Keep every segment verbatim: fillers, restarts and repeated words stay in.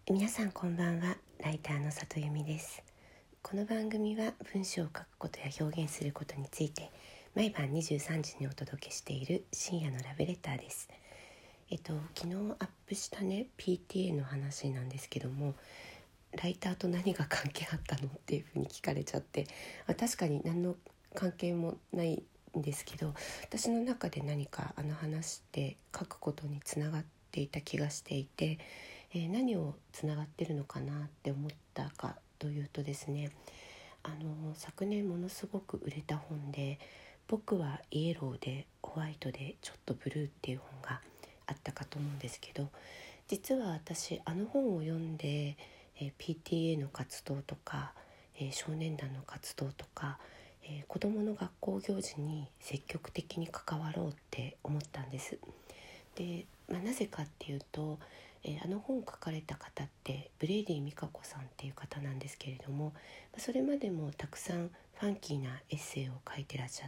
皆さんこんばんは。ライターの里由美です。この番組は文章を書くことや表現することについて毎晩にじゅうさんじにお届けしている深夜のラブレターです。えっと昨日アップしたね ピーティーエー の話なんですけども、ライターと何が関係あったのっていうふうに聞かれちゃって、あ確かに何の関係もないんですけど、私の中で何かあの話って書くことにつながっていた気がしていて、えー、何をつながってるのかなって思ったかというとですね、あの昨年ものすごく売れた本で、僕はイエローでホワイトでちょっとブルーっていう本があったかと思うんですけど、実は私あの本を読んで、えー、ピーティーエー の活動とか、えー、少年団の活動とか、えー、子どもの学校行事に積極的に関わろうって思ったんです。で、まあ、なぜかっていうと、えー、あの本を書かれた方ってブレイディ・ミカコさんっていう方なんですけれども、それまでもたくさんファンキーなエッセイを書いてらっしゃって、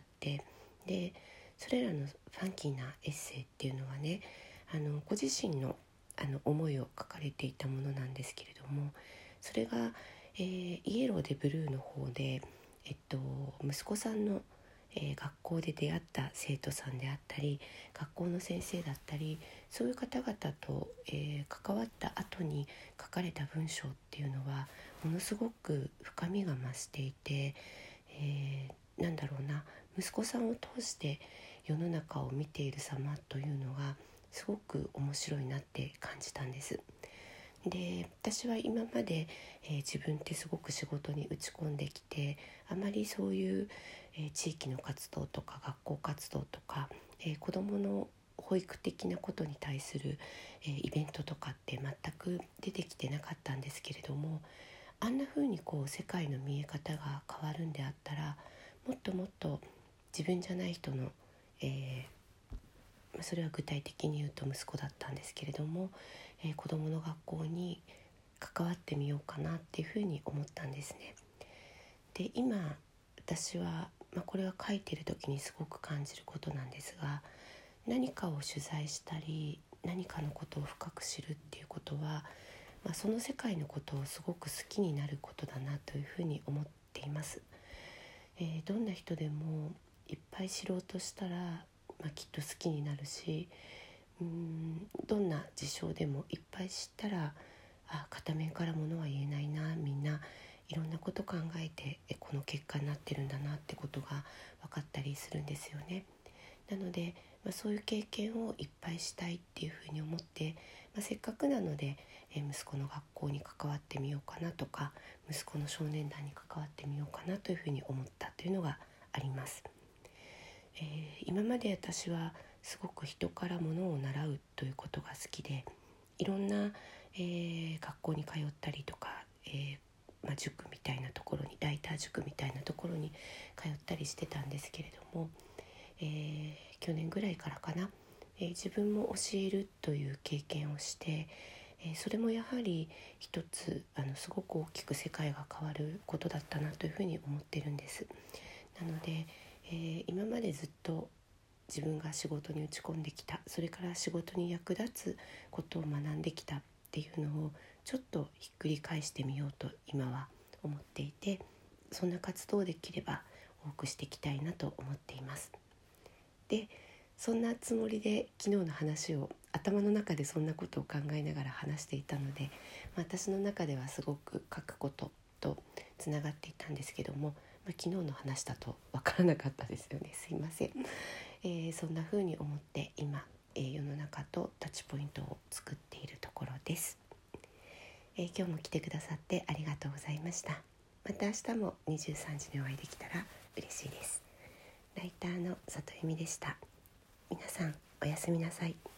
でそれらのファンキーなエッセイっていうのはね、あのご自身のあの思いを書かれていたものなんですけれども、それが、えー、イエローでブルーの方で、えっと、息子さんの、えー、学校で出会った生徒さんであったり、学校の先生だったり、そういう方々と、えー、関わった後に書かれた文章っていうのはものすごく深みが増していて、えー、なんだろうな、息子さんを通して世の中を見ている様というのがすごく面白いなって感じたんです。で、私は今まで、えー、自分ってすごく仕事に打ち込んできて、あまりそういう、えー、地域の活動とか学校活動とか、えー、子どもの保育的なことに対する、えー、イベントとかって全く出てきてなかったんですけれども、あんな風にこう世界の見え方が変わるんであったら、もっともっと自分じゃない人の、えーそれは具体的に言うと息子だったんですけれども、えー、子どもの学校に関わってみようかなっていうふうに思ったんですね。で、今私は、まあ、これは書いてる時にすごく感じることなんですが、何かを取材したり何かのことを深く知るっていうことは、まあ、その世界のことをすごく好きになることだなというふうに思っています。えー、どんな人でもいっぱい知ろうとしたら、まあ、きっと好きになるし、うーんどんな事象でもいっぱい知ったら、あ片面からものは言えないな、みんないろんなこと考えてえこの結果になってるんだなってことが分かったりするんですよね。なので、まあ、そういう経験をいっぱいしたいっていうふうに思って、まあ、せっかくなので、えー息子の学校に関わってみようかなとか、息子の少年団に関わってみようかなというふうに思ったというのがあります。えー、今まで私はすごく人からものを習うということが好きで、いろんな、えー、学校に通ったりとか、えーまあ、塾みたいなところにライター塾みたいなところに通ったりしてたんですけれども、えー、去年ぐらいからかな、えー、自分も教えるという経験をして、えー、それもやはり一つあのすごく大きく世界が変わることだったなというふうに思ってるんです。なので、えー、今までずっと自分が仕事に打ち込んできた、それから仕事に役立つことを学んできたっていうのをちょっとひっくり返してみようと今は思っていて、そんな活動をできれば多くしていきたいなと思っています。で、そんなつもりで昨日の話を頭の中でそんなことを考えながら話していたので、まあ、私の中ではすごく書くこととつながっていたんですけども、まあ、昨日の話だと分からなかったですよね。すいません。えー、そんな風に思って今、えー、世の中とタッチポイントを作っているところです。えー、今日も来てくださってありがとうございました。また明日もにじゅうさんじにお会いできたら嬉しいです。ライターの里由美でした。皆さんおやすみなさい。